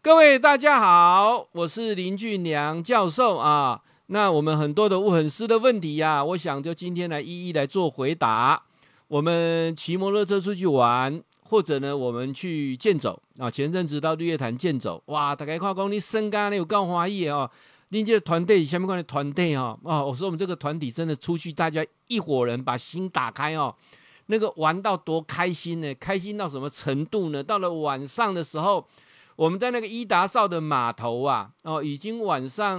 各位大家好，我是林俊良教授啊。那我们很多的粉丝的问题呀，我想就今天来一一来做回答。我们骑摩托车出去玩，或者呢我们去健走啊。前阵子到日月潭健走，哇，大家看讲你身家呢有够欢喜的哦。你这个团队下面关的团队哦，我说我们这个团体真的出去，大家一伙人把心打开哦。那个玩到多开心呢？开心到什么程度呢？到了晚上的时候，我们在那个伊达邵的码头啊，已经晚上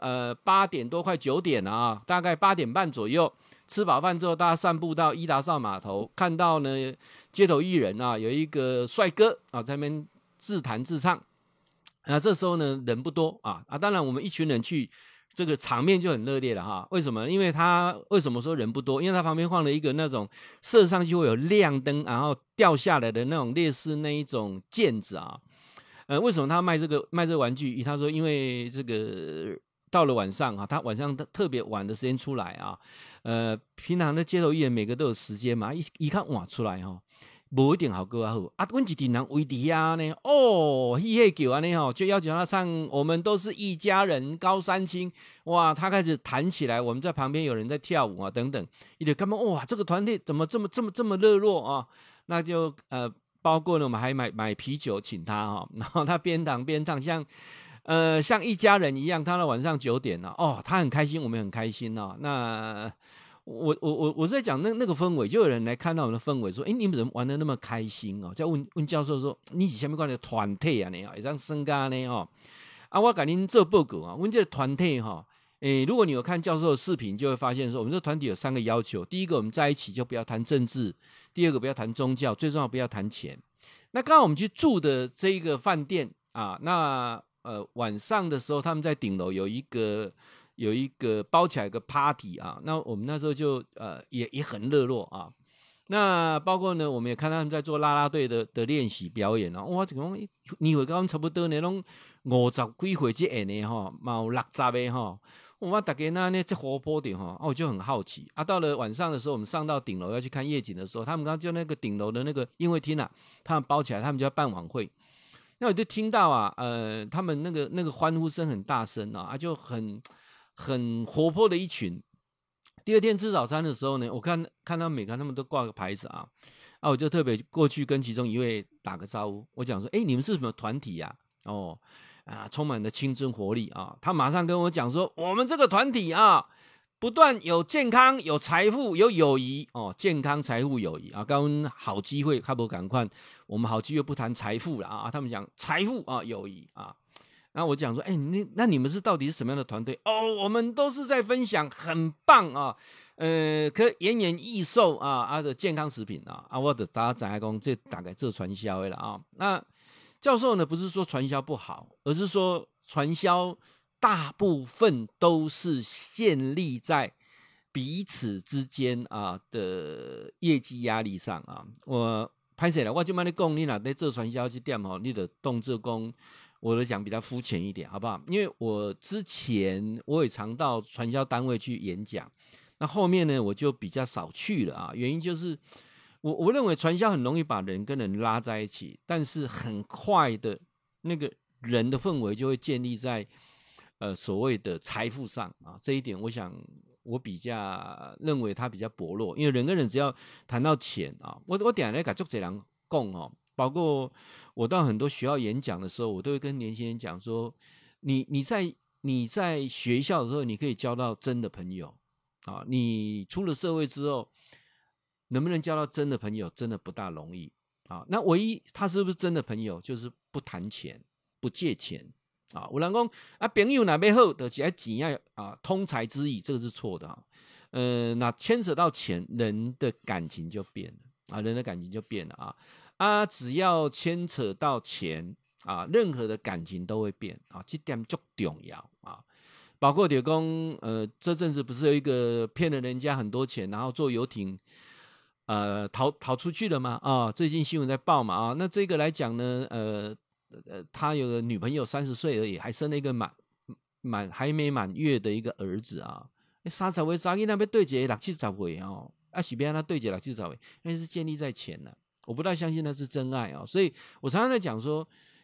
8点多快9点了啊，大概8点半左右，吃饱饭之后，大家散步到伊达邵码头，看到呢街头艺人啊，有一个帅哥啊在那边自弹自唱，这时候呢人不多啊，当然我们一群人去。这个场面就很热烈了哈，为什么？因为他为什么说人不多？因为他旁边放了一个那种射上去会有亮灯，然后掉下来的那种类似那一种毽子啊。为什么他卖这个玩具？他说因为这个到了晚上啊，他晚上特别晚的时间出来啊，平常的街头艺人每个都有时间嘛，一看哇出来哈。不一定好歌好啊，阮一群人围伫遐呢，嘿叫安尼吼，就要求他唱《我们都是一家人》高山青，哇，他开始弹起来，我们在旁边有人在跳舞啊，等等，一点干嘛哇，这个团队怎么这么热络啊？那就包括呢，我们还买啤酒请他哈，然后他边弹边唱，像一家人一样，他到晚上9点了他很开心，我们很开心哦，那。我在讲那个氛围，就有人来看到我们的氛围，说：“你们怎么玩得那么开心哦？”再问教授说：“你是什么样的团体啊？你这样身家呢？我给您做报告啊，我们这个团体如果你有看教授的视频，就会发现说，我们这个团体有3个要求：第一个，我们在一起就不要谈政治；第二个，不要谈宗教；最重要，不要谈钱。那刚刚我们去住的这一个饭店啊，那晚上的时候，他们在顶楼有一个包起来一个 party 啊，那我们那时候就也很热络啊。那包括呢，我们也看到他们在做啦啦队的练习表演啊。哇，这个年岁跟我们差不多呢，拢50几岁这样的哈，有60的哈。我大家那这活泼点哈，我就很好奇啊。到了晚上的时候，我们上到顶楼要去看夜景的时候，他们刚刚就那个顶楼的那个音乐厅啊，他们包起来，他们就要办晚会。那我就听到啊，他们那个欢呼声很大声啊，就很活泼的一群。第二天吃早餐的时候呢，我看到每个人他们都挂个牌子啊，我就特别过去跟其中一位打个招呼，我讲说，你们是什么团体呀？充满了青春活力啊！他马上跟我讲说，我们这个团体啊，不断有健康、有财富、有友谊健康、财富、友谊啊，跟好机会，看不赶快，我们好机会不谈财富了啊，他们讲财富啊、友谊啊。然后我讲说，那你们到底是什么样的团队？我们都是在分享很棒啊，可延年益寿啊的健康食品啊，我的大家知道这大概做传销的了啊。那教授呢，不是说传销不好，而是说传销大部分都是建立在彼此之间的业绩压力上啊。我拍摄了，我就跟你讲，你若在做传销这点你的动作讲。我的讲比较肤浅一点，好不好？因为我之前我也常到传销单位去演讲，那后面呢我就比较少去了啊。原因就是我认为传销很容易把人跟人拉在一起，但是很快的那个人的氛围就会建立在所谓的财富上啊。这一点我想我比较认为它比较薄弱，因为人跟人只要谈到钱啊，我等下来跟很多人讲包括我到很多学校演讲的时候，我都会跟年轻人讲说，你在学校的时候，你可以交到真的朋友啊。你出了社会之后，能不能交到真的朋友，真的不大容易啊。那唯一他是不是真的朋友，就是不谈钱，不借钱啊。有人讲朋友哪边好，就是要钱通财之意，这个是错的那牵扯到钱，人的感情就变了人的感情就变了只要牵扯到钱任何的感情都会变这点很重要包括就说这阵子不是有一个骗了人家很多钱，然后坐游艇逃出去了吗？最近新闻在报嘛那这个来讲呢，他有个女朋友30岁而已，还生了一个还没满月的一个儿子30岁查囡仔要对一个60、70岁是要让他对一个60、70岁，那是建立在钱了。我不大相信那是真爱所以我常常在讲说，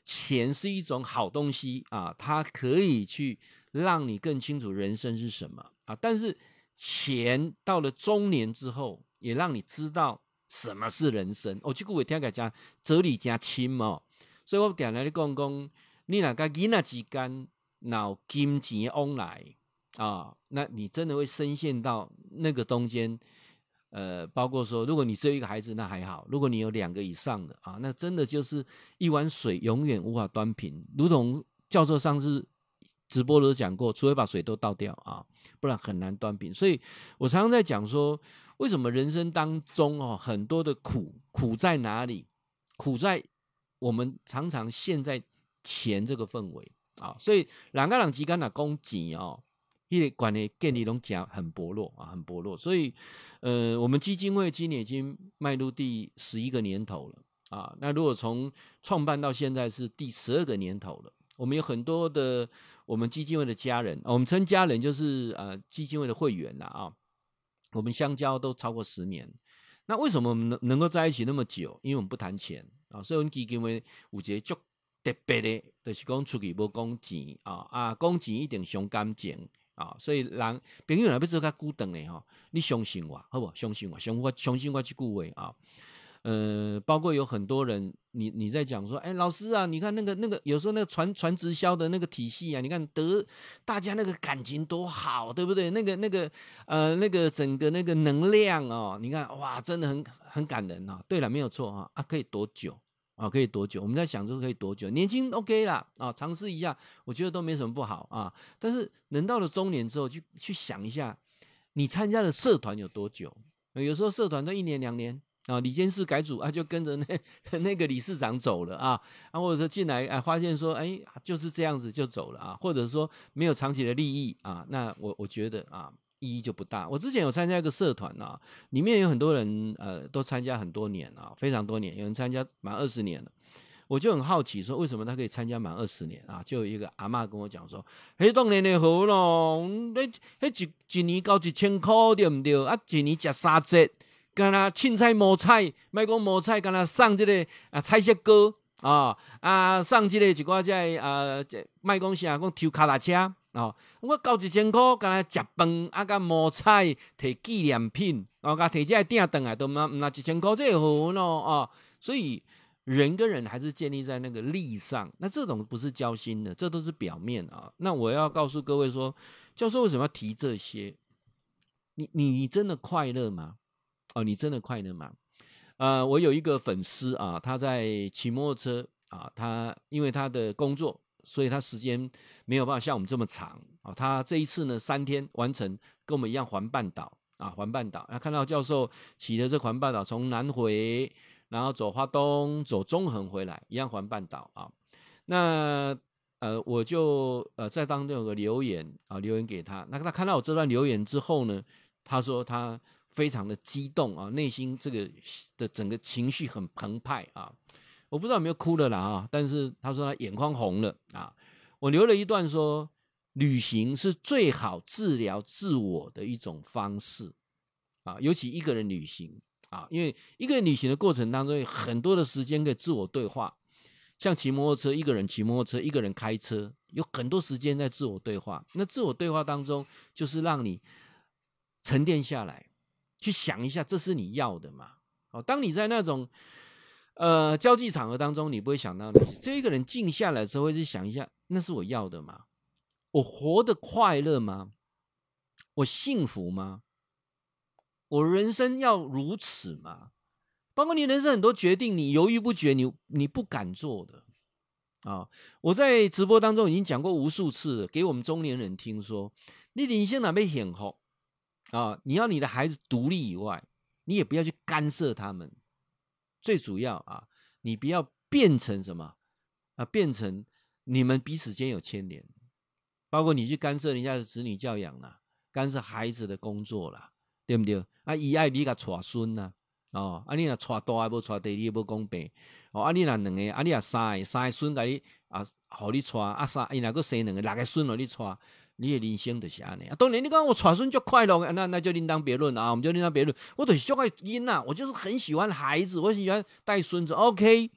钱是一种好东西啊，它可以去让你更清楚人生是什么啊。但是钱到了中年之后，也让你知道什么是人生。哦，这句话听起来讲哲理加深哦，所以我点来讲，你若跟囡仔之间有金钱的往来啊，那你真的会深陷到那个中间。包括说，如果你只有一个孩子，那还好；如果你有2个以上的啊，那真的就是一碗水永远无法端平。如同教授上次直播都讲过，除非把水都倒掉啊，不然很难端平。所以我常常在讲说，为什么人生当中很多的苦在哪里？苦在我们常常陷在钱这个氛围啊，所以人跟人之间讲钱哦。那个管的建立都讲很薄弱啊，很薄弱。所以，我们基金会今年已经迈入第11个年头了啊。那如果从创办到现在是第12个年头了，我们有很多的我们基金会的家人，我们称家人就是基金会的会员啦啊。我们相交都超过10年。那为什么我们能够在一起那么久？因为我们不谈钱啊，所以我们基金会有一个足特别的，就是讲出去无讲钱啊，讲钱一定伤感情。所以人朋友若要做较久长的吼，你相信我，好不好？相信我，相信我这句话啊。包括有很多人，你在讲说，老师啊，你看那个，有时候那个传直销的那个体系啊，你看大家那个感情多好，对不对？那个整个那个能量哦，你看哇，真的很感人啊。对了，没有错啊，可以多久？可以多久？我们在想说可以多久？年轻 OK 啦尝试一下，我觉得都没什么不好啊。但是人到了中年之后，去想一下，你参加的社团有多久？有时候社团都1年2年理监事改组就跟着那个理事长走了或者说进来发现说就是这样子就走了或者说没有长期的利益那我觉得意义就不大。我之前有参加一个社团里面有很多人都参加很多年非常多年，有人参加满20年了。我就很好奇说，为什么他可以参加满20年就有一个阿嬷跟我讲说，迄当年的好咯，迄一年交1000块对不对？一年吃3节，干那凊彩摸菜，莫讲摸菜，干那送这个菜色糕送这个一寡这莫讲啥，讲抽脚踏车。我交1000块，干那食饭甲摸菜，摕纪念品，甲摕这鼎回来，都唔拿1000块，这好咯所以人跟人还是建立在那个利上，那这种不是交心的，这都是表面那我要告诉各位说，教授为什么要提这些？你真的快乐吗？你真的快乐吗？我有一个粉丝他在骑摩托车他因为他的工作，所以他时间没有办法像我们这么长他这一次呢3天完成，跟我们一样环半岛环半岛。看到教授骑的这环半岛，从南回，然后走花东，走中横回来，一样环半岛那我就在当中有个留言留言给他。那他看到我这段留言之后呢，他说他非常的激动内心这个的整个情绪很澎湃我不知道有没有哭了啦但是他说他眼眶红了我留了一段说，旅行是最好治疗自我的一种方式尤其一个人旅行因为一个人旅行的过程当中有很多的时间可以自我对话，像骑摩托车，一个人骑摩托车，一个人开车，有很多时间在自我对话。那自我对话当中，就是让你沉淀下来，去想一下这是你要的吗？当你在那种交际场合当中，你不会想到那些。这一个人静下来之后，会去想一下，那是我要的吗？我活得快乐吗？我幸福吗？我人生要如此吗？包括你人生很多决定，你犹豫不决，你不敢做的我在直播当中已经讲过无数次了，给我们中年人听说，你人生哪被幸福你要你的孩子独立以外，你也不要去干涉他们。最主要你不要变成什么变成你们彼此间有牵连，包括你去干涉人家的子女教养啦，干涉孩子的工作啦，对不对？伊爱你甲带孙啦，你若带大的无带第二个无讲病，你若2个，你若3个孙甲你互你带伊若佫生2个6个孙互你带，你的人生就是安尼当然，你讲我带孙就快乐，那就另当别论我们就另当别论。我就是喜欢囡仔，我就是很喜欢孩子，我很喜欢带孙子 ，OK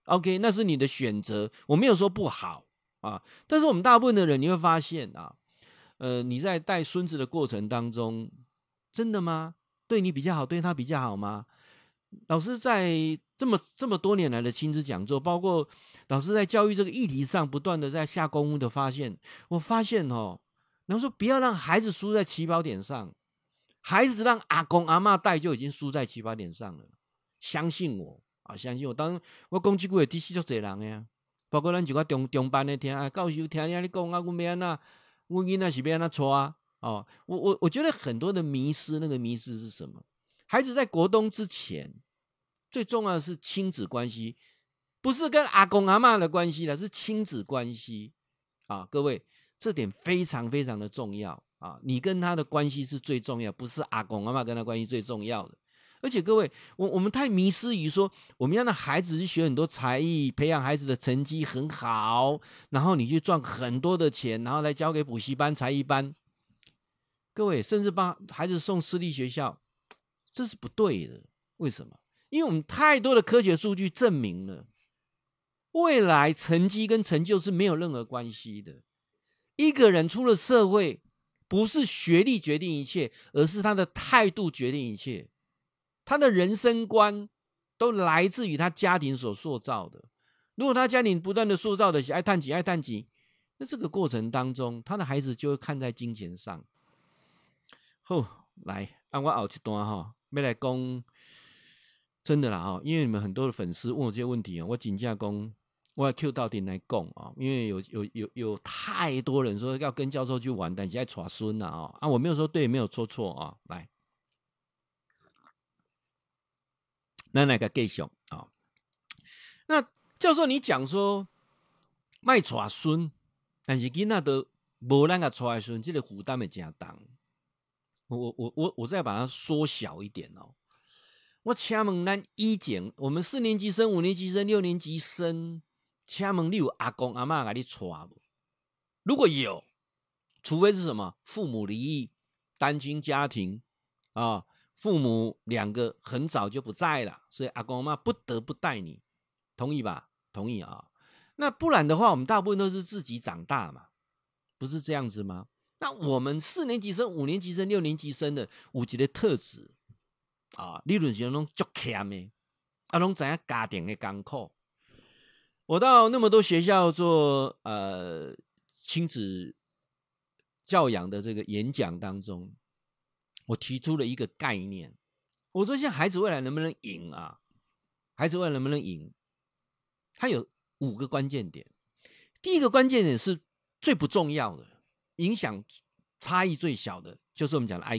OK， 那是你的选择，我没有说不好啊。但是我们大部分的人你会发现啊，你在带孙子的过程当中，真的吗？对你比较好，对他比较好吗？老师在这么多年来的亲子讲座，包括老师在教育这个议题上不断的在下功夫的发现，我发现然后说不要让孩子输在起跑点上，孩子让阿公阿嬷带就已经输在起跑点上了。相信我啊，相信我。当我讲这句话，的确足多人的呀，包括咱一个中班的听啊，教授听你讲啊，阮要安怎，阮囡仔是要安怎带啊？我觉得很多的迷失，那个迷失是什么？孩子在国中之前，最重要的是亲子关系，不是跟阿公阿嬷的关系了，是亲子关系啊！各位，这点非常非常的重要啊！你跟他的关系是最重要，不是阿公阿嬷跟他关系最重要的。而且各位，我们太迷失于说，我们要让孩子去学很多才艺，培养孩子的成绩很好，然后你去赚很多的钱，然后来交给补习班、才艺班。各位，甚至帮孩子送私立学校，这是不对的。为什么？因为我们太多的科学数据证明了，未来成绩跟成就是没有任何关系的。一个人出了社会，不是学历决定一切，而是他的态度决定一切。他的人生观都来自于他家庭所塑造的。如果他家庭不断的塑造的是爱探钱、爱探钱，那这个过程当中，他的孩子就会看在金钱上。好，来，按我后一段要来讲真的啦因为你们很多的粉丝问我这些问题我真正讲，我要 Q 到底来讲因为有太多人说要跟教授去玩，但是爱带孙啦我没有说对，没有说错来。咱来个继续那教授你讲说卖带孙，但是囡仔都无咱个带孙，这个负担会真重。我再把它缩小一点我请问咱以前，我们4年级生、5年级生、6年级生，请问你有阿公阿嬷给你带不？如果有，除非是什么父母离异、单亲家庭父母2个很早就不在了，所以阿公阿嬷不得不带你，同意吧？同意那不然的话，我们大部分都是自己长大嘛，不是这样子吗？那我们4年级生、5年级生、6年级生的有一个特质理论上拢足欠的拢知影家庭的艰苦。我到那么多学校做亲子教养的这个演讲当中，我提出了一个概念，我说现在孩子未来能不能赢孩子未来能不能赢？它有5个关键点。第一个关键点是最不重要的，影响差异最小的，就是我们讲的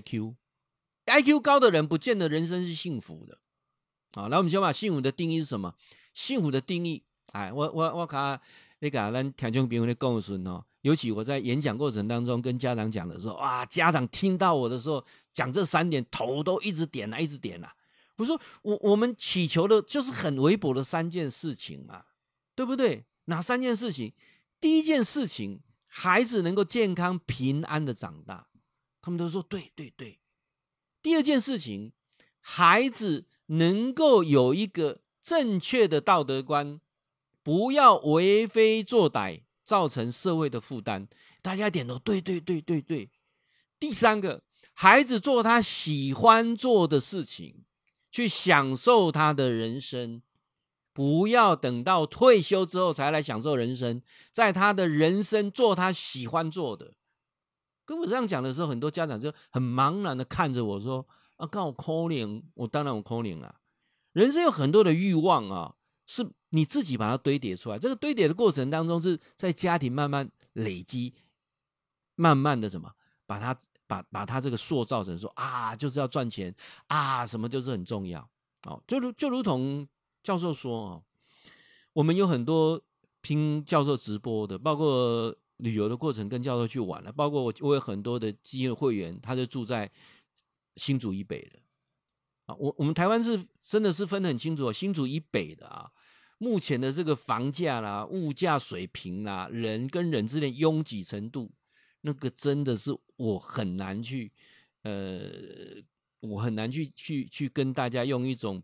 IQ。IQ 高的人不见得人生是幸福的那我们先把幸福的定义是什么？幸福的定义我看那个咱听众朋友在讲的时候尤其我在演讲过程当中跟家长讲的时候家长听到我的时候讲这3点头都一直点一直点我说我们祈求的就是很微薄的3件事情嘛，对不对？哪3件事情？第一件事情，孩子能够健康平安的长大，他们都说对对对。第二件事情，孩子能够有一个正确的道德观，不要为非作歹，造成社会的负担。大家点头，对对对对对。第3个，孩子做他喜欢做的事情，去享受他的人生，不要等到退休之后才来享受人生，在他的人生做他喜欢做的。跟我这样讲的时候，很多家长就很茫然的看着我说刚好可怜，我当然有可怜人生有很多的欲望是你自己把它堆叠出来，这个堆叠的过程当中是在家庭慢慢累积，慢慢的把它这个塑造成说就是要赚钱什么就是很重要就如同教授说我们有很多听教授直播的，包括旅游的过程跟教授去玩了，包括我有很多的基金会员，他就住在新竹以北的我们台湾是真的是分得很清楚新竹以北的目前的这个房价啦、物价水平啦、人跟人之间拥挤程度，那个真的是我很难去跟大家用一种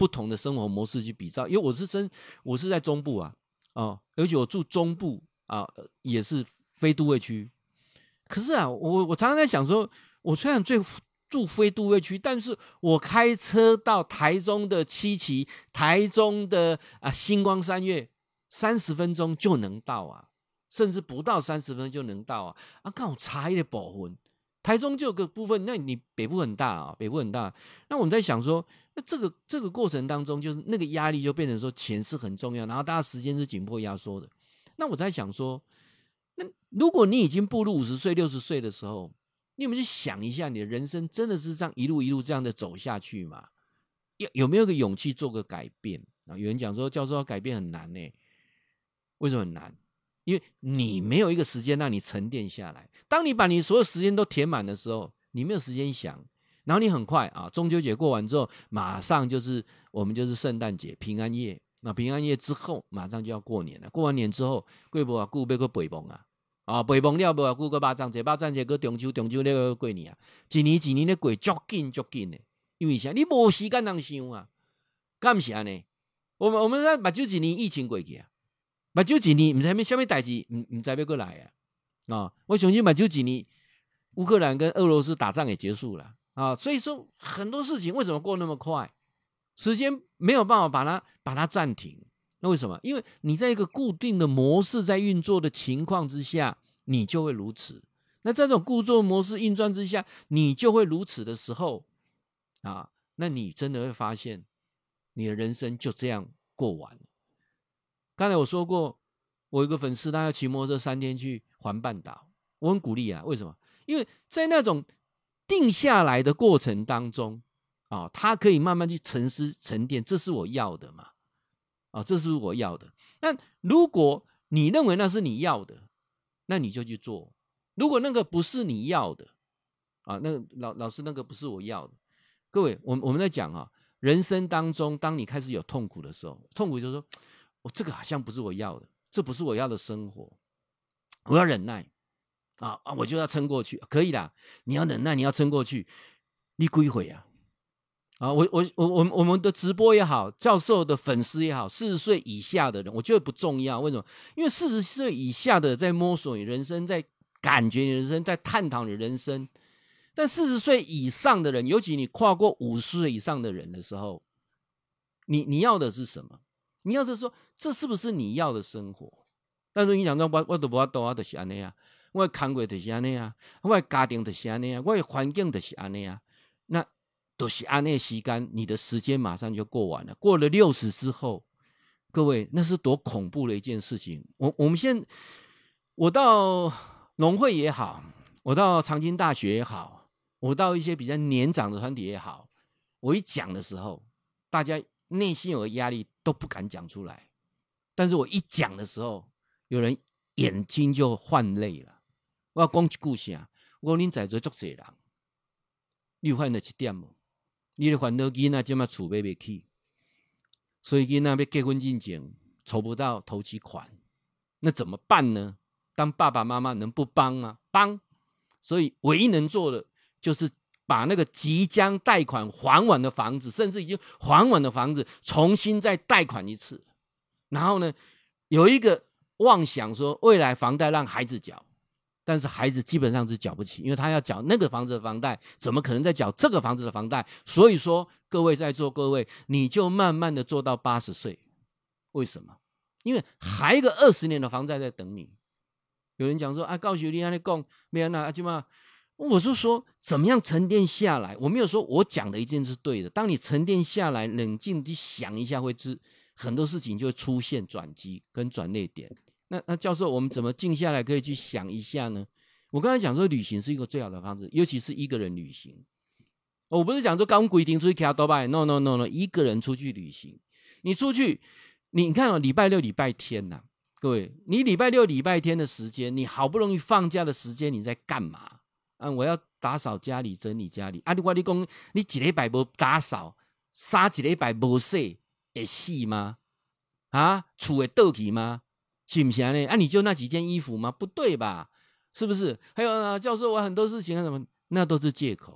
不同的生活模式去比照。因为我是在中部啊，而且我住中部啊，也是非都会区。可是啊，我常常在想说，我虽然住非都会区，但是我开车到台中的七期、台中的星光三月，30分钟就能到啊，甚至不到30分钟就能到啊。刚好差一点部分，台中就有个部分，那你北部很大啊，北部很大。那我们在想说，那这个过程当中，就是那个压力就变成说钱是很重要，然后大家时间是紧迫压缩的。那我在想说，那如果你已经步入50岁、60岁的时候，你有没有去想一下，你的人生真的是这样一路一路这样的走下去吗？有没有个勇气做个改变啊？有人讲说，教授要改变很难呢，为什么很难？因为你没有一个时间让你沉淀下来。当你把你所有时间都填满的时候，你没有时间想，然后你很快中秋节过完之后，马上我们就是圣诞节、平安夜。那平安夜之后，马上就要过年了。过完年之后，过不啊，过要过背梦啊，背梦了不啊，过个肉粽节，肉粽节过中秋那个过年啊，一年一年的过，足紧的。因为啥？你无时间通想啊，干是安尼？我们在目睭一年疫情过去啊。目睭一年，唔知什么代志，唔知要过来我相信目睭一年，乌克兰跟俄罗斯打仗也结束了所以说很多事情为什么过那么快？时间没有办法把它暂停。那为什么？因为你在一个固定的模式在运作的情况之下，你就会如此。那在这种固作模式运转之下，你就会如此的时候那你真的会发现，你的人生就这样过完了。刚才我说过，我有一个粉丝，他要骑摩托车3天去环半岛，我很鼓励啊。为什么？因为在那种定下来的过程当中他可以慢慢去沉思沉淀，这是我要的嘛？这是我要的。那如果你认为那是你要的，那你就去做。如果那个不是你要的那个老师那个不是我要的。各位，我们在讲人生当中，当你开始有痛苦的时候，痛苦就是说，这个好像不是我要的，这不是我要的生活，我要忍耐我就要撑过去，可以啦，你要忍耐，你要撑过去，你几回我们的直播也好，教授的粉丝也好，40岁以下的人，我觉得不重要。为什么？因为40岁以下的在摸索你人生，在感觉你人生，在探讨你人生。但40岁以上的人，尤其你跨过50岁以上的人的时候，你要的是什么？你要的是说，这是不是你要的生活？但是你讲说，我都不要多就是安尼我的工作就是安尼我的家庭就是安尼我的环境就是安尼那都是安尼的时间，你的时间马上就过完了。过了60之后，各位，那是多恐怖的一件事情。我到农会也好，我到长青大学也好，我到一些比较年长的团体也好，我一讲的时候，大家内心有个压力都不敢讲出来。但是我一讲的时候，有人眼睛就泛泪了。我要讲一句啥？我说恁在座很多人，你有发现到一点吗？你的烦恼囡仔现在厝买不起，所以囡仔要结婚之前筹不到头期款，那怎么办呢？当爸爸妈妈能不帮吗？帮。所以唯一能做的就是把那个即将贷款还完的房子，甚至已经还完的房子，重新再贷款一次。然后呢，有一个妄想说未来房贷让孩子缴，但是孩子基本上是缴不起，因为他要缴那个房子的房贷，怎么可能再缴这个房子的房贷？所以说，各位在座各位，你就慢慢的做到80岁。为什么？因为还有一个20年的房贷在等你。有人讲说告诉你这样讲没有我是说怎么样沉淀下来。我没有说我讲的一定是对的，当你沉淀下来冷静去想一下，很多事情就会出现转机跟转捩点。那教授，我们怎么静下来可以去想一下呢？我刚才讲说旅行是一个最好的方式，尤其是一个人旅行。我不是讲说刚规定出去骑多拜 ，no， 一个人出去旅行。你出去，你看礼拜六、礼拜天各位，你礼拜六、礼拜天的时间，你好不容易放假的时间，你在干嘛？我要打扫家里，整理家里。你说你一礼拜没打扫，衫一礼拜没洗，会死吗？厝会倒去吗？是不是呢？你就那几件衣服吗？不对吧？是不是？还有教授，我很多事情什么，那都是借口。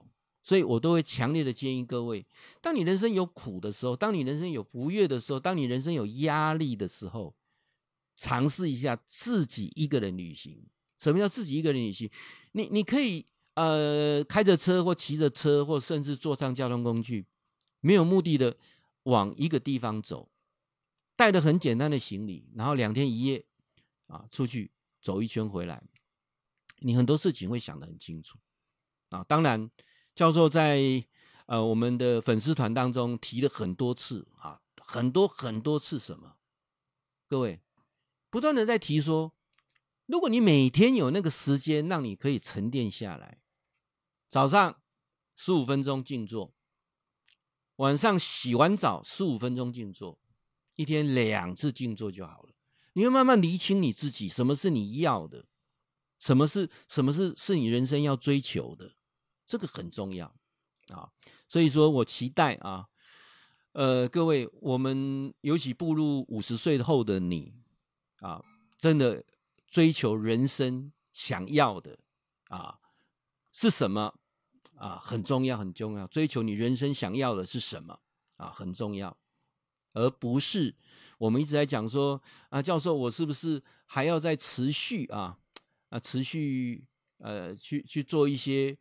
所以我都会强烈的建议各位，当你人生有苦的时候，当你人生有不悦的时候，当你人生有压力的时候，尝试一下自己一个人旅行。什么叫自己一个人旅行？你可以开着车或骑着车，或甚至坐上交通工具，没有目的的往一个地方走，带着很简单的行李，然后2天1夜出去走一圈回来，你很多事情会想得很清楚当然，教授在我们的粉丝团当中提了很多次很多次什么？各位不断的在提说，如果你每天有那个时间让你可以沉淀下来，早上15分钟静坐，晚上洗完澡15分钟静坐，一天2次静坐就好了。你会慢慢厘清你自己，什么是你要的，什么是你人生要追求的，这个很重要所以说我期待各位，我们尤其步入50岁后的你真的追求人生想要的是什么很重要，很重要。追求你人生想要的是什么很重要，而不是我们一直在讲说教授，我是不是还要再持续持续去做一些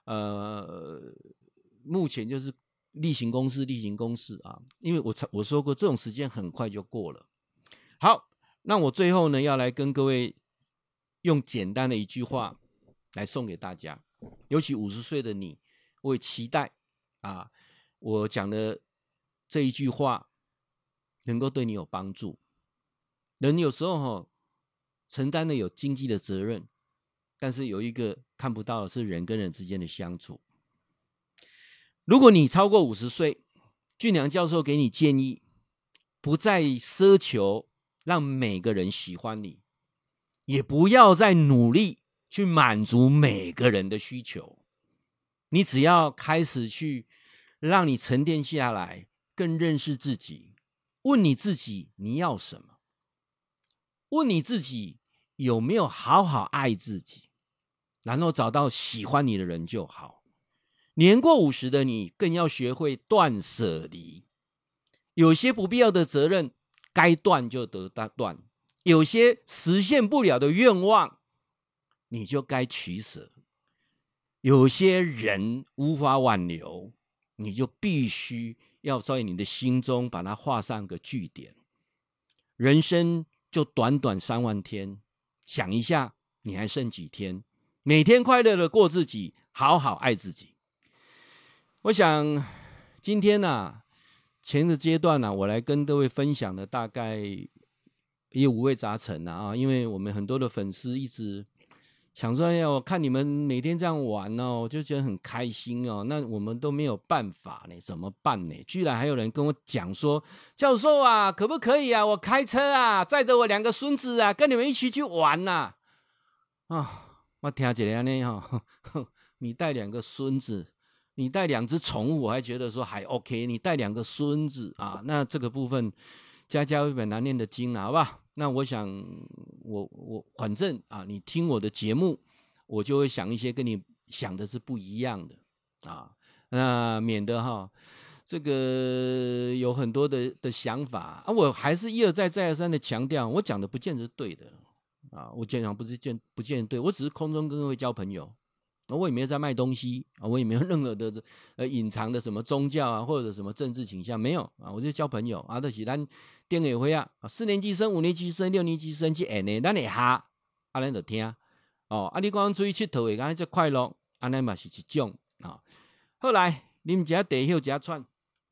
目前就是例行公事因为我说过这种时间很快就过了。好，那我最后呢要来跟各位用简单的一句话来送给大家，尤其50岁的你，我也期待我讲的这一句话能够对你有帮助。人有时候承担的有经济的责任，但是有一个看不到的是人跟人之间的相处。如果你超过50岁，俊良教授给你建议，不再奢求让每个人喜欢你，也不要再努力去满足每个人的需求。你只要开始去让你沉淀下来，更认识自己，问你自己你要什么，问你自己有没有好好爱自己，然后找到喜欢你的人就好。年过50的你更要学会断舍离，有些不必要的责任该断就得断，有些实现不了的愿望你就该取舍，有些人无法挽留，你就必须要在你的心中把它画上个句点。人生就短短3万天，想一下你还剩几天，每天快乐的过自己，好好爱自己。我想今天前个阶段我来跟各位分享的大概也五味杂陈因为我们很多的粉丝一直想说，我看你们每天这样玩我就觉得很开心那我们都没有办法呢，怎么办呢？居然还有人跟我讲说，教授可不可以我开车载着我2个孙子跟你们一起去玩我听起来你带2个孙子，你带2只宠物，我还觉得说还 OK， 你带2个孙子那这个部分家家有一本难念的经好不好？那我想我反正你听我的节目，我就会想一些跟你想的是不一样的那免得这个有很多的想法我还是一而再再而三的强调，我讲的不见得是对的我讲不见得对，我只是空中跟各位交朋友，我也没有在卖东西我也没有任何的隐藏的什么宗教或者什么政治倾向，没有我就交朋友就是咱电影会4年级生、5年级生、6年级生去演的，咱会哈咱就听你讲出去佚佗的，敢这快乐，那嘛是一种后来啉一下茶，休一下喘，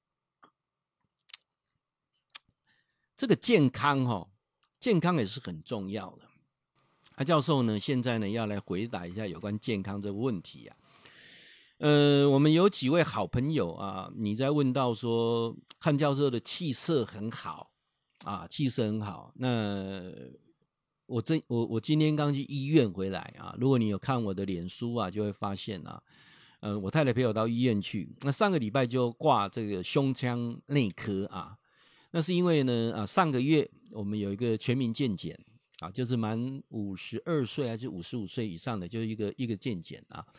这个健康健康也是很重要的教授呢，现在呢要来回答一下有关健康这个问题我们有几位好朋友你在问到说，看教授的气色很好气色很好。那我今天刚去医院回来如果你有看我的脸书就会发现我太太陪我到医院去，那上个礼拜就挂这个胸腔内科那是因为呢上个月我们有一个全民健检就是满52岁还是55岁以上的，就是一个健检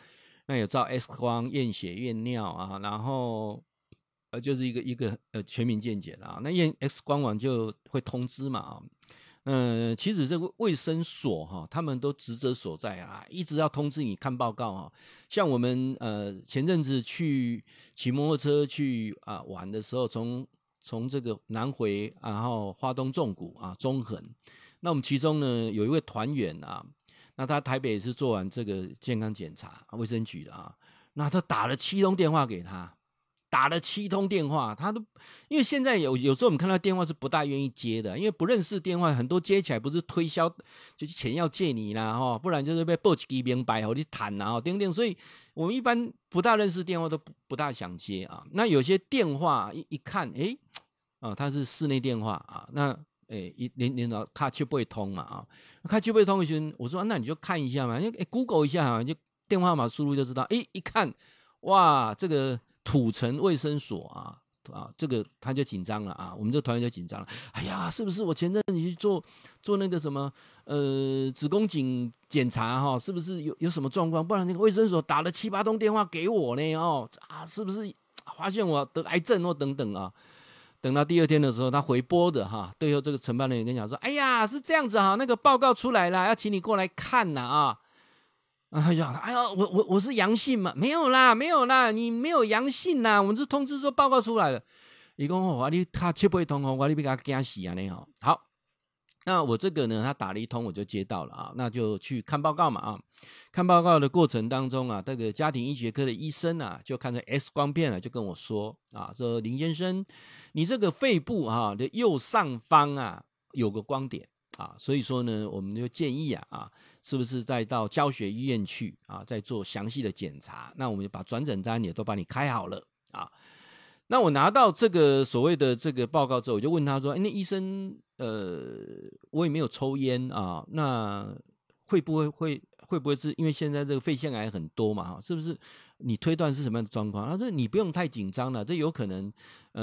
那有照 X 光、验血、验尿啊，然后就是一个全民健检啊。那验 X 光完就会通知嘛啊。其实这个卫生所哈，他们都职责所在啊，一直要通知你看报告啊。像我们前阵子去骑摩托车去玩的时候，从这个南回，然后花东纵谷啊，中横，那我们其中呢有一位团员啊，那他台北也是做完这个健康检查，卫生局的啊，那他打了7通电话给他。打了7通电话，他都因为现在有时候我们看到电话是不大愿意接的，因为不认识电话，很多接起来不是推销，就是钱要借你啦哈，不然就是被报一支明白和你谈啦等等，所以我们一般不大认识电话都不大想接啊。那有些电话一看，它是室内电话啊，那连到卡就不会通嘛啊，卡就不会通的时候，我说那你就看一下嘛，Google 一下啊，就电话号码输入就知道，一看，哇，这个土城卫生所啊，这个他就紧张了啊，我们这团员就紧张了。哎呀，是不是我前阵子去做那个什么子宫颈检查哈，是不是有什么状况？不然那个卫生所打了7、8通电话给我呢是不是发现我得癌症或等等啊？等到第2天的时候，他回拨的哈，对后这个承办人员跟讲说，哎呀，是这样子哈，那个报告出来了，要请你过来看呐啊。他就讲，哎呀，我是阳性嘛？没有啦，你没有阳性啦，我们是通知说报告出来了。他说我你他7、8通我你被他惊死啊！好，那我这个呢，他打了1通我就接到了啊，那就去看报告嘛啊。看报告的过程当中啊，这个家庭医学科的医生啊，就看着 X 光片了，就跟我说啊，说林先生，你这个肺部的右上方啊有个光点啊，所以说呢，我们就建议啊，是不是再到教学医院去啊，再做详细的检查？那我们就把转诊单也都帮你开好了啊。那我拿到这个所谓的这个报告之后，我就问他说：“那医生，我也没有抽烟啊，那会不会是因为现在这个肺腺癌很多嘛？是不是？你推断是什么样的状况？”他说：“你不用太紧张了，这有可能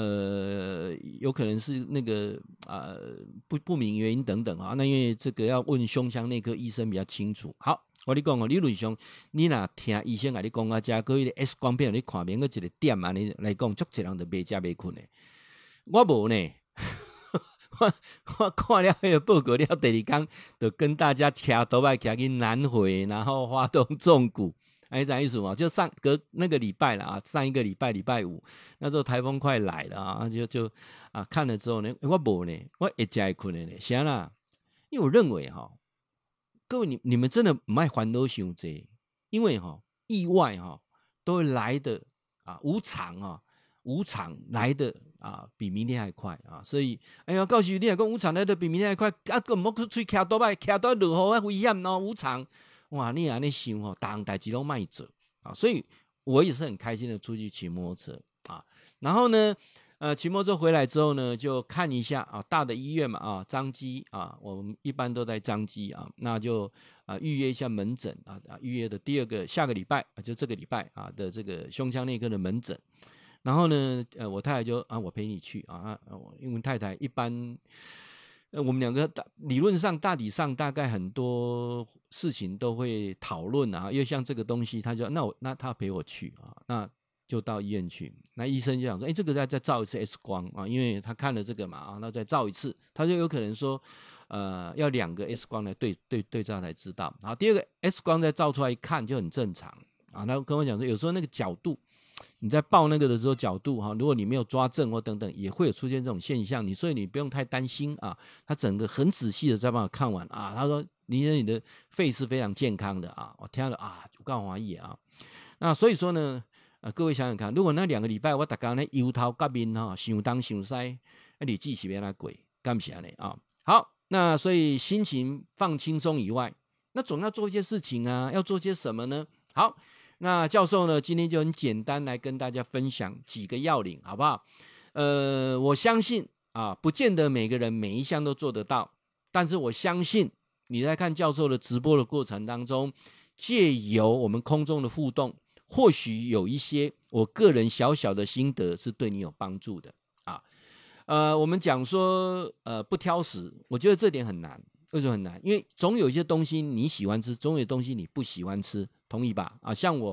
是那个不明原因等等啊。那因为这个要问胸腔内科医生比较清楚。好。”我跟你讲理论上，你若听医生跟你讲啊，加个 X 光片你看明个一个点啊，你来讲，足多人都没食没困的。我无呢，我看了那个报告了，第2天就跟大家骑多摆骑去南回，然后花东纵谷，哎，啥意思嘛？就那个礼拜了啊，上一个礼拜礼拜5，那时候台风快来了啊，就看了之后呢，我无呢，我一直会困的呢，啥啦？因为我认为各位你们真的不爱烦恼伤多，因为意外都会来的无常来的比明天还快啊！所以哎呀，告诉你讲无常来的比明天还快啊！个莫去吹徛多摆，徛到落雨危险咯，无常哇！你安尼想大项代志拢卖做啊！所以我也是很开心的出去骑摩托车啊，然后呢。骑摩托车回来之后呢，就看一下大的医院嘛彰基我们一般都在彰基那就预约一下门诊预约的下个礼拜就这个礼拜的这个胸腔内科的门诊。然后呢，我太太就我陪你去因为太太一般我们2个理论上大体上大概很多事情都会讨论因为像这个东西，他就那他陪我去那。就到医院去，那医生就想说，这个再照一次 X 光因为他看了这个嘛那再照一次，他就有可能说，要2个 X 光来对照才知道。好，第2个 X 光再照出来一看就很正常他跟我讲说，有时候那个角度，你在报那个的时候角度如果你没有抓正或等等，也会有出现这种现象，所以你不用太担心他整个很仔细的再帮我看完他说你的肺是非常健康的我听了就告怀疑那所以说呢。各位想想看，如果那2个礼拜我大家呢油头甲面想东想西，日子是要哪过？干不起来呢好，那所以心情放轻松以外，那总要做一些事情要做些什么呢？好，那教授呢今天就很简单来跟大家分享几个要领，好不好？我相信不见得每个人每一项都做得到，但是我相信你在看教授的直播的过程当中，借由我们空中的互动。或许有一些我个人小小的心得是对你有帮助的我们讲说不挑食，我觉得这点很难。为什么很难？因为总有一些东西你喜欢吃，总有东西你不喜欢吃，同意吧？像我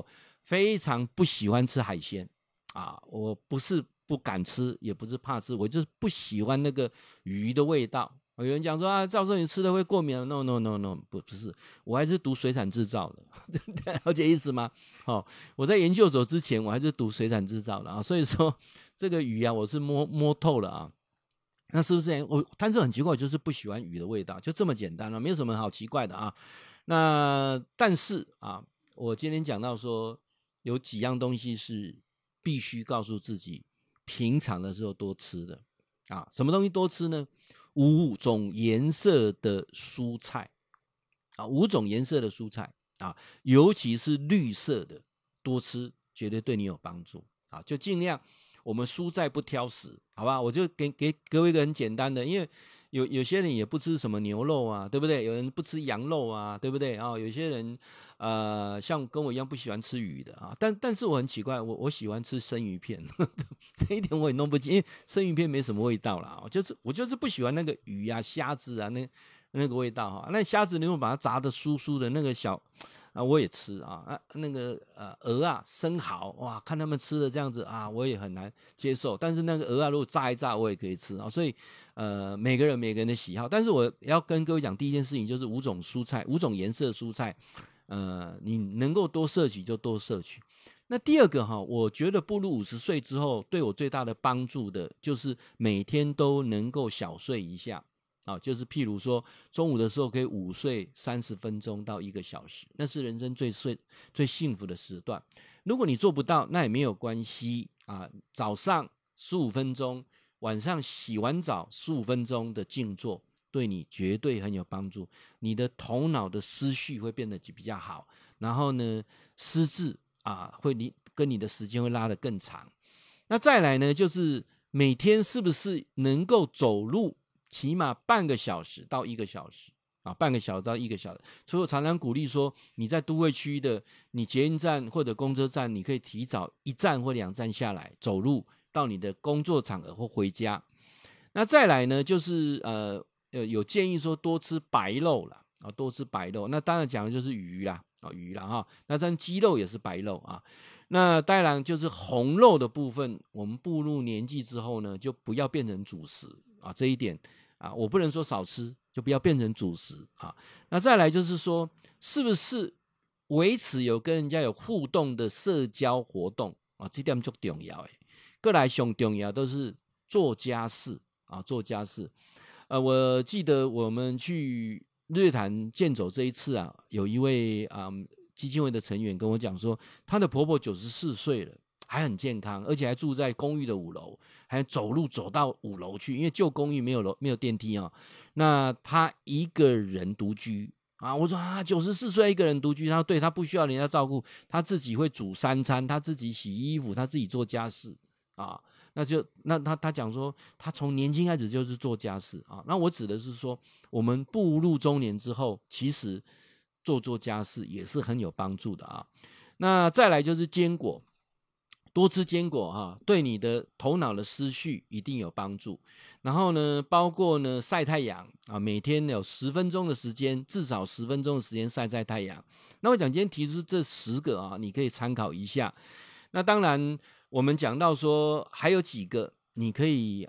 非常不喜欢吃海鲜啊，我不是不敢吃，也不是怕吃，我就是不喜欢那个鱼的味道。有人讲说啊，教授你吃的会过敏 ？No No No No， 不是，我还是读水产制造的，了解意思吗？哦，我在研究所之前，我还是读水产制造的啊，所以说这个鱼啊，我是摸透了啊。那是不是但是很奇怪，我就是不喜欢鱼的味道，就这么简单了，没有什么好奇怪的啊。那但是啊，我今天讲到说，有几样东西是必须告诉自己，平常的时候多吃的啊。什么东西多吃呢？5种颜色的蔬菜啊，5种颜色的蔬菜啊，尤其是绿色的，多吃绝对对你有帮助啊。就尽量我们蔬菜不挑食，好吧？我就给各位一个很简单的，因为有些人也不吃什么牛肉啊，对不对？有人不吃羊肉啊，对不对啊？有些人像跟我一样不喜欢吃鱼的啊，但是我很奇怪，我喜欢吃生鱼片，这一点我也弄不清，因为生鱼片没什么味道啦，我就是不喜欢那个鱼啊、虾子啊那个味道哈。那虾子你如果把它炸的酥酥的那个小。啊，我也吃啊，那个鹅啊，生蚝哇，看他们吃的这样子啊，我也很难接受。但是那个鹅啊，如果炸一炸，我也可以吃啊。所以每个人的喜好，但是我要跟各位讲，第一件事情就是5种蔬菜，5种颜色的蔬菜，你能够多摄取就多摄取。那第二个哈，我觉得步入50岁之后，对我最大的帮助的就是每天都能够小睡一下。啊，就是譬如说，中午的时候可以午睡30分钟到1个小时，那是人生最幸福的时段。如果你做不到，那也没有关系啊。早上15分钟，晚上洗完澡15分钟的静坐，对你绝对很有帮助。你的头脑的思绪会变得比较好，然后呢，失智啊，跟你的时间会拉得更长。那再来呢，就是每天是不是能够走路？起码半个小时到1个小时啊，半个小时到1个小时。所以我常常鼓励说，你在都会区的，你捷运站或者公车站，你可以提早1站或2站下来走路到你的工作场合或回家。那再来呢，就是有建议说多吃白肉啦啊，多吃白肉。那当然讲的就是鱼啦啊，鱼啦哈。那但鸡肉也是白肉啊。那当然就是红肉的部分，我们步入年纪之后呢，就不要变成主食啊，这一点。啊，我不能说少吃，就不要变成主食啊。那再来就是说，是不是维持有跟人家有互动的社交活动啊？这点最重要诶。过来上重要都是做家事啊，做家事。我记得我们去日月潭健走这一次啊，有一位基金会的成员跟我讲说，她的婆婆94岁了。还很健康，而且还住在公寓的5楼，还走路走到5楼去，因为旧公寓没有电梯啊。那他一个人独居啊，我说啊，94岁一个人独居，他对他不需要人家照顾，他自己会煮3餐，他自己洗衣服，他自己做家事啊。那他讲说，他从年轻开始就是做家事啊。那我指的是说，我们步入中年之后，其实做家事也是很有帮助的啊。那再来就是坚果。多吃坚果哈，对你的头脑的思绪一定有帮助。然后呢，包括呢晒太阳啊，每天有10分钟的时间，至少10分钟的时间晒太阳。那我讲今天提出这10个啊，你可以参考一下。那当然，我们讲到说还有几个你可以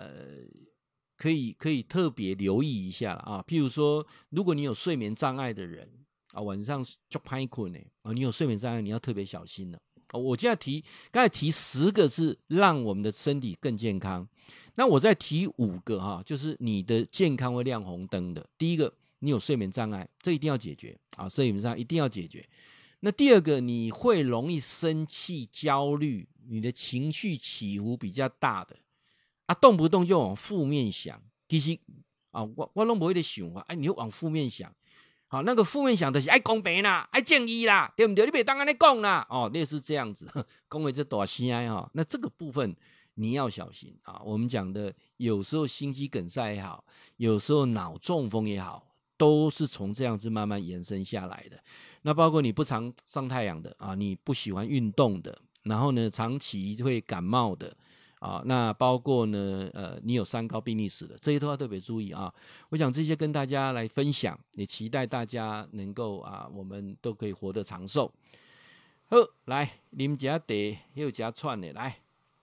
可以特别留意一下啊。譬如说，如果你有睡眠障碍的人啊，晚上就歹困呢啊，你有睡眠障碍，你要特别小心了。我现在刚才提10个是让我们的身体更健康，那我再提5个哈，就是你的健康会亮红灯的。第一个，你有睡眠障碍，这一定要解决啊，睡眠障碍一定要解决。那第二个，你会容易生气、焦虑，你的情绪起伏比较大的啊，动不动就往负面想，其实啊，我都不会的想法，你就往负面想。好，那个负面想的是爱公平啦，爱正义啦，对不对？你别当安尼讲啦，哦，类似这样子，讲的这大声哈。那这个部分你要小心啊。我们讲的有时候心肌梗塞也好，有时候脑中风也好，都是从这样子慢慢延伸下来的。那包括你不常上太阳的啊，你不喜欢运动的，然后呢，长期会感冒的。啊，那包括呢，你有3高病历史的，这些都要特别注意啊。我想这些跟大家来分享，也期待大家能够我们都可以活得长寿。 好，来啉一下茶，休一下喘的来。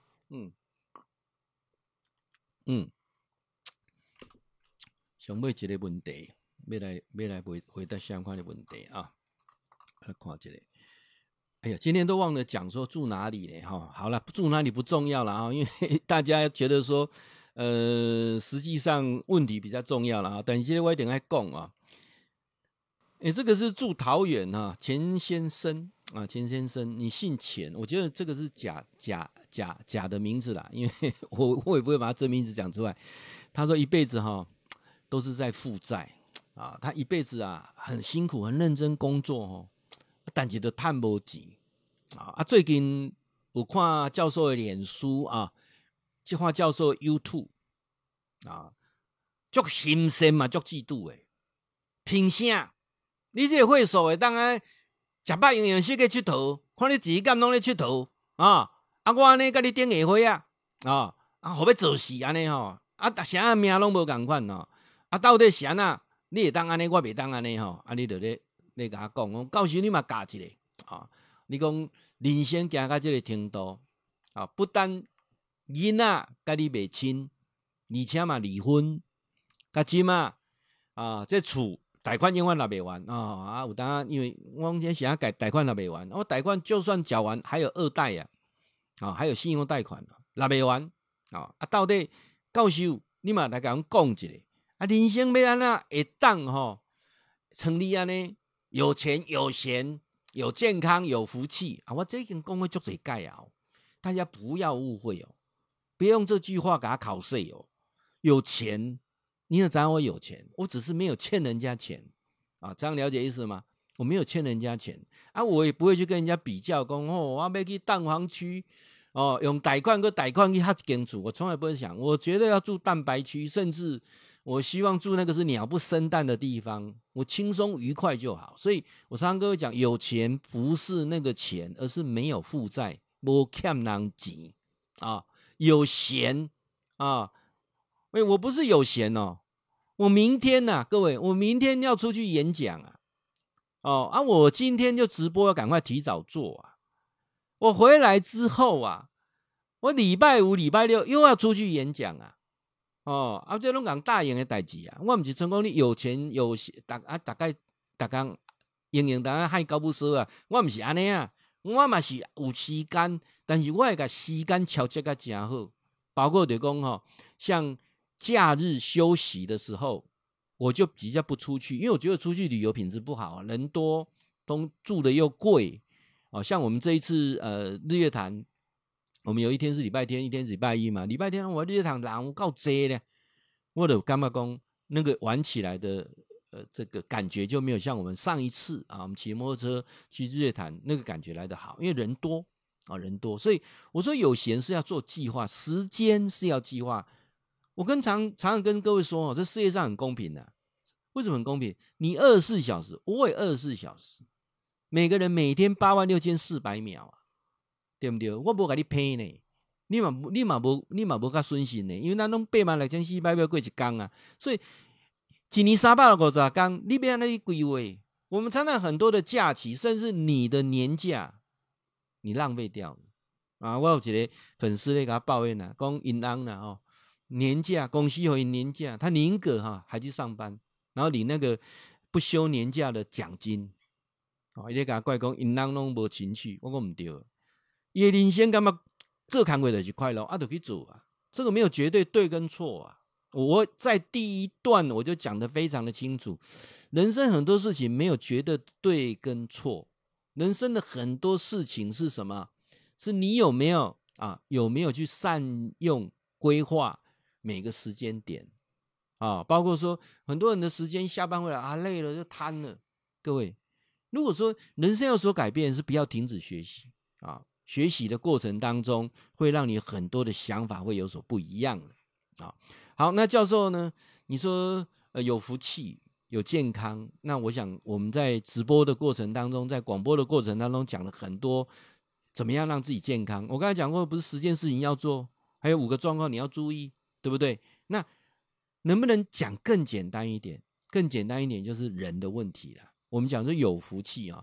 上尾一个问题，要来回答相关的问题啊。来看一下。哎呀，今天都忘了讲说住哪里呢？哈，好了，住哪里不重要了啊，因为大家觉得说，实际上问题比较重要了啊。等一下我一定要讲啊。这个是住桃园啊，钱先生啊，钱先生，你姓钱，我觉得这个是假的名字啦，因为我也不会把他真名字讲出来。他说一辈子哈都是在负债啊，他一辈子啊很辛苦，很认真工作哦。但是都赚无钱啊！最近有看教授的脸书啊，去看教授的 YouTube 啊，足心酸嘛，足嫉妒的。凭啥？你这个会所会当啊，食饱营养时去佚佗，看你自己敢拢咧佚佗啊！我安尼甲你顶下回啊，何要做事安尼吼？啥命拢无共款哦！到底是安那？你会当安尼，我袂当安尼吼？你就咧。你甲我讲，到时你嘛教一个啊！你讲人生行到这个程度啊，不但囡仔甲你袂亲，而且嘛离婚，甲即嘛这厝贷款永远也袂完啊！有当因为我今想贷款也袂完，我贷款就算缴完，还有二贷呀，还有信用贷款也袂完到底到时你嘛来甲阮讲一下人生要安怎会当像你安尼？有钱有闲有健康有福气我这已经讲过足侪届啊，大家不要误会哦，别用这句话给他考试哦。有钱，你也知道我有钱，我只是没有欠人家钱这样了解意思吗？我没有欠人家钱我也不会去跟人家比较，讲我要去蛋黄区用贷款去他一间厝，我从来不会想，我觉得要住蛋白区，甚至。我希望住那个是鸟不生蛋的地方，我轻松愉快就好。所以我常常跟各位讲，有钱不是那个钱，而是没有负债，没欠人钱有闲我不是有闲我明天各位，我明天要出去演讲我今天就直播要赶快提早做我回来之后我礼拜五、礼拜六又要出去演讲这拢讲大型的代志我不是成功你有钱有大概大家营大家害高不说我不是安尼我嘛是有时间，但是我会把时间调节得真好，包括就讲像假日休息的时候，我就比较不出去，因为我觉得出去旅游品质不好人多，都住的又贵像我们这一次日月潭。我们有一天是礼拜天，一天是礼拜一嘛。礼拜天我日月潭人够多咧，我就感觉讲那个玩起来的这个感觉就没有像我们上一次我们骑摩托车去日月潭那个感觉来得好，因为人多人多，所以我说有闲是要做计划，时间是要计划。我常常跟各位说这世界上很公平的为什么很公平？你24小时，我也24小时，每个人每天86400秒对不对？我无甲你骗呢，你嘛无甲损失呢，因为咱拢86400秒过一天所以一年350天，你要安怎去规划？我们常常很多的假期，甚至你的年假，你浪费掉了我有一个粉丝咧，给他抱怨讲因翁年假公司有年假，他宁可还去上班，然后领那个不休年假的奖金他咧甲怪讲因翁拢无情趣，我讲唔对。伊的人生感觉做工作就是快乐就去做这个没有绝对对跟错我在第一段我就讲得非常的清楚，人生很多事情没有绝对对跟错，人生的很多事情是什么？是你有没有有没有去善用规划每个时间点包括说很多人的时间下班回来累了就瘫了。各位，如果说人生有所改变，是不要停止学习学习的过程当中，会让你很多的想法会有所不一样的好，那教授呢？你说有福气、有健康，那我想我们在直播的过程当中，在广播的过程当中讲了很多，怎么样让自己健康。我刚才讲过，不是10件事情要做，还有5个状况你要注意，对不对？那能不能讲更简单一点？更简单一点就是人的问题了。我们讲说有福气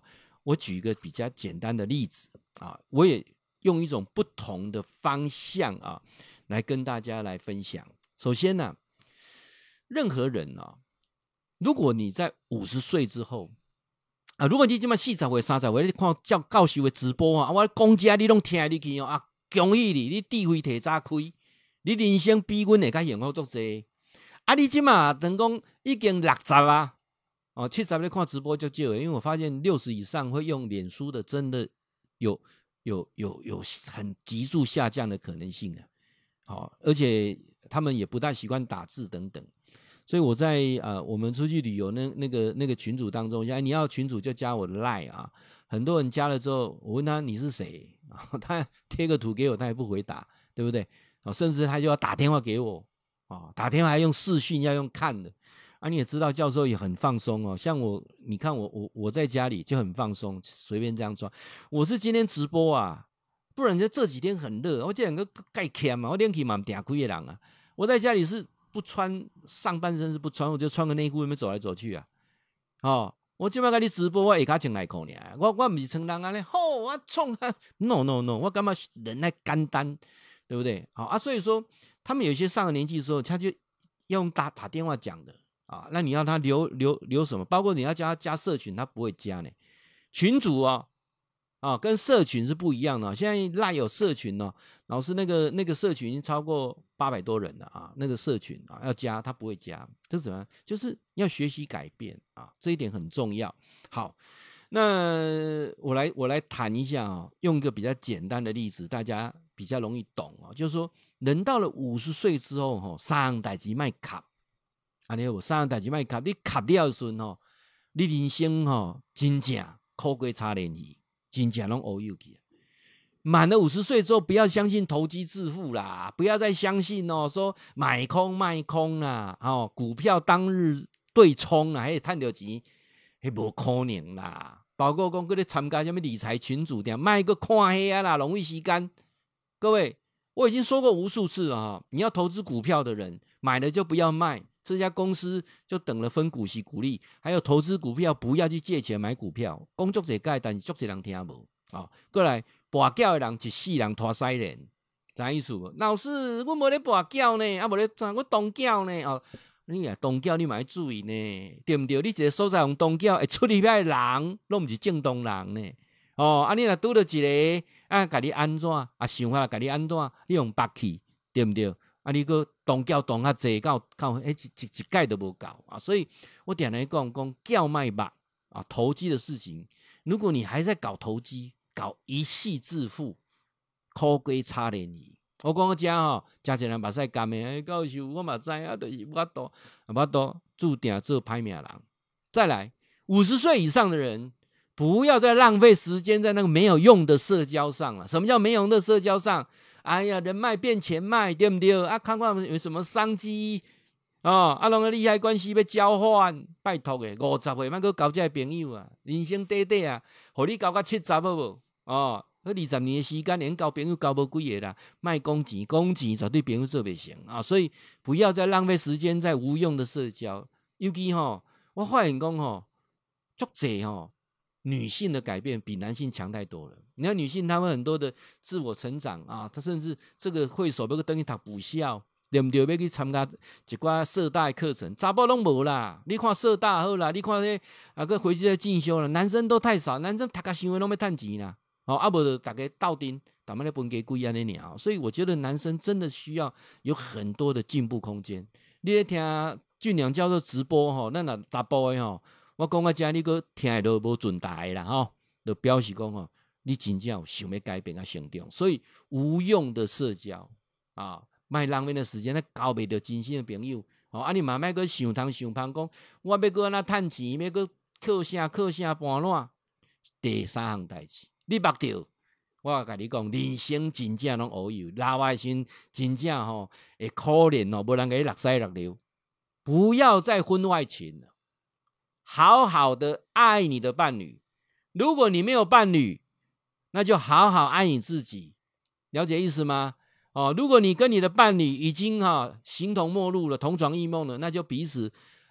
我举一个比较简单的例子啊，我也用一种不同的方向啊，来跟大家来分享。首先呢，任何人啊，如果你在50岁之后啊，如果你今嘛40岁、30岁，你看教授的直播啊，我讲这你拢听入去哦啊，恭喜你，你智慧提早开，你人生比阮会较幸福足济。啊，你今嘛等讲已经60啊，哦70你看直播就少的，因为我发现60以上会用脸书的，真的有很急速下降的可能性的，而且他们也不太习惯打字等等。所以我在我们出去旅游那个群组当中，你要群组就加我的 LINE 啊，很多人加了之后，我问他你是谁，他贴个图给我，他也不回答，对不对？甚至他就要打电话给我，打电话还用视讯，要用看的啊。你也知道教授也很放松哦，像我，你看我在家里就很放松，随便这样装。我是今天直播啊，不然就这几天很热，我这两个盖欠嘛，我天气嘛定开的人啊，我在家里是不穿，上半身是不穿，我就穿个内裤，那边走来走去啊。我今摆跟你直播，我下骹穿内裤尔，我不是像人安尼，我冲啊 ，no， 我感觉人太简单，对不对？所以说他们有些上了年纪的时候，他就要用打电话讲的啊。那你要他留什么？包括你要叫他加社群，他不会加呢。群组跟社群是不一样的。现在LINE有社群哦，老师那个社群已经超过800多人了啊，那个社群啊要加他不会加，这怎么样？就是要学习改变啊，这一点很重要。好，那我来谈一下啊，用一个比较简单的例子，大家比较容易懂啊，就是说人到了50岁之后哈，三样代志莫卡，安尼有三样代志莫卡，你卡了的时候你人生真正苦过差连去。真正拢乌有去，满了50岁之后，不要相信投机致富啦，不要再相信说买空卖空啦，股票当日对冲啦，还赚到钱，迄无可能啦。包括讲，你参加什么理财群组点，卖个看黑啊啦，浪费时间。各位，我已经说过无数次了你要投资股票的人，买了就不要卖。这家公司就等了分股息股利，还有投资股票不要去借钱买股票，工作者改，但是足侪人听无过来跋筊的人一世人拖西人，啥意思？老师，我无咧跋筊呢，无咧我当筊呢你啊当筊你嘛要注意呢，对不对？你一个所在用当筊会出去遐的人，拢不是正当人呢。你若拄到一个甲你安怎想法甲你安怎，你用白气，对不对？你个当教当较济，到一届都无够所以我点来讲教卖吧投机的事情，如果你还在搞投机，搞一夕致富，苦过差连去。我讲真一个人目屎干的，教授我嘛知就是我都注定做歹命人。再来，50岁以上的人，不要再浪费时间在那个没有用的社交上了。什么叫没有用的社交上？哎呀，人脉变钱脉，对不对？看看有什么商机拢个利害关系要交换，拜托的，50岁莫去交这朋友啊！人生短短啊，互你交到70好无？那20年的时间，连交朋友交无几个啦，卖讲钱，讲钱绝对朋友做不成所以不要再浪费时间在无用的社交。尤其我发现讲足济女性的改变比男性强太多了。你看女性她们很多的自我成长她甚至这个会所要等于读补校，对不对？要去参加一寡社大的课程，查某拢无啦。你看社大好啦，你看个回去再进修了，男生都太少，男生读个行为拢要赚钱啦。无就大家斗阵，大家咧分家贵安尼尔。所以我觉得男生真的需要有很多的进步空间。你咧听俊良教授直播咱若查甫的我讲到这，你搁听的都无准台啦就表示讲你真正有想要改变成长。所以无用的社交莫浪费的时间，交袂到真心的朋友你嘛莫搁想东想旁讲，我要搁安怎趁钱，要搁靠啥搬烂。第三项代志，你捌到？我甲你讲，人生真正拢乌有，老的时阵真正会可怜无人给你落屎落流。不要再婚外情了。好好的爱你的伴侣，如果你没有伴侣，那就好好爱你自己，了解意思吗？如果你跟你的伴侣已经形同陌路了，同床异梦了，那就彼此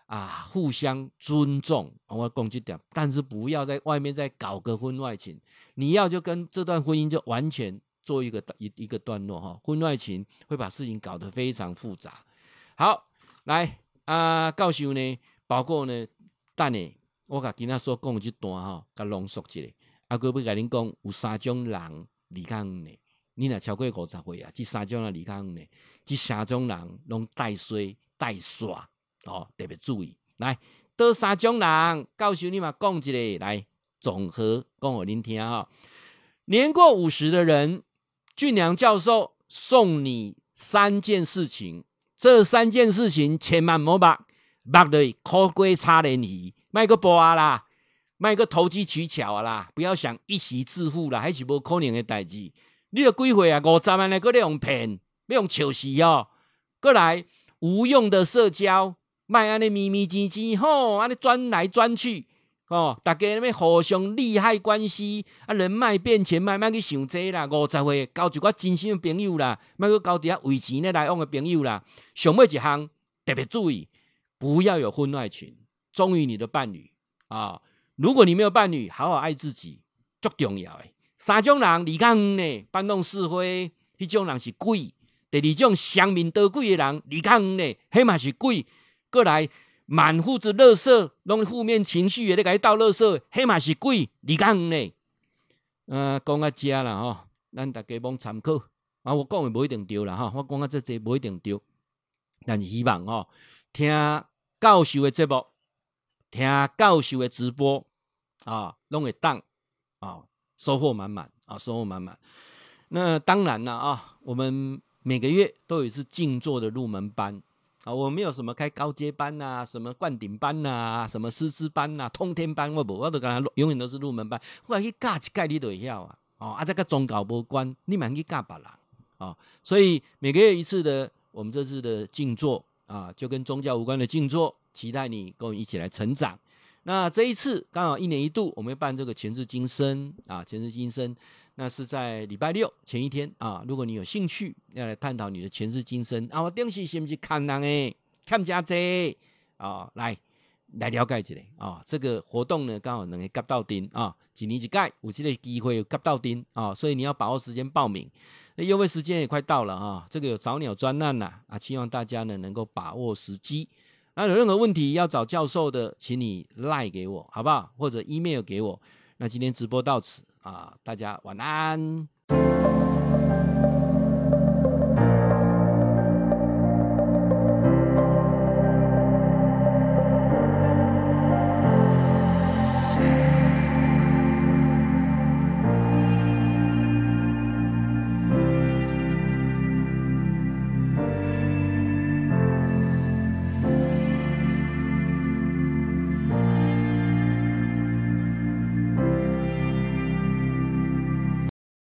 互相尊重，我讲这点，但是不要在外面再搞个婚外情，你要就跟这段婚姻就完全做一个段落哈，婚外情会把事情搞得非常复杂。好，来教授呢，包括呢，等下我甲今仔所讲的这段哈，甲浓缩一下，佮要甲恁讲有3种人离开远的，你若超过50岁啊，这3种人离开远的，这3种人拢带衰带煞哦，特别注意。来，倒3种人，教授你嘛讲一下，来总和讲给恁听哈。年过50的人，俊良教授送你3件事情。这3件事情千万莫目的苦瓜炒鲢鱼，卖个博啦，卖个投机取巧啦，不要想一夕致富啦，还是无可能的代志。你就几岁啊？50万来个你用骗，要用笑死哦。过来无用的社交，卖安尼咪咪唧唧吼，安尼钻来钻去哦，大家那互相利害关系啊，人脉变钱脉，莫去想这啦。50岁交一个真心的朋友啦，莫去交一下为钱的来往的朋友啦。上尾一项特别注意，不要有婚外情，忠于你的伴侣啊。如果你没有伴侣，好好爱自己，最重要的。3种人离开远的，搬弄是非，迄种人是鬼。第2种双面刀鬼的人离开远的，迄嘛是鬼。过来。满户子垃圾，拢负面情绪的咧，甲伊倒垃圾，迄嘛是鬼，离开远呢。讲到这啦吼，咱大家帮参考啊。我讲的无一定对啦吼，我讲到这无一定对，但是希望吼，听教授的节目，听教授的直播啊，拢会当啊，收获满满啊，收获满满。那当然啦啊，我们每个月都有一次静坐的入门班。我没有什么开高阶班啊，什么灌顶班啊，什么师资班啊，通天班我无，我都跟他永远都是入门班。我去教一届你就会晓啊，这个宗教无关，你蛮去教别人啊。所以每个月一次的我们这次的静坐啊，就跟宗教无关的静坐，期待你跟我们一起来成长。那这一次刚好1年1度，我们会办这个前世今生啊，前世今生。那是在礼拜6前一天啊，如果你有兴趣要来探讨你的前世今生啊，我顶时是不是看人诶，看家济啊，来了解一下啊。这个活动呢，刚好能够夹到丁啊，1年1届有这个机会有夹到丁啊，所以你要把握时间报名。那优惠时间也快到了啊，这个有早鸟专案呐啊，希望大家呢能够把握时机。那有任何问题要找教授的，请你 LINE 给我，好不好？或者 email 给我。那今天直播到此。大家晚安。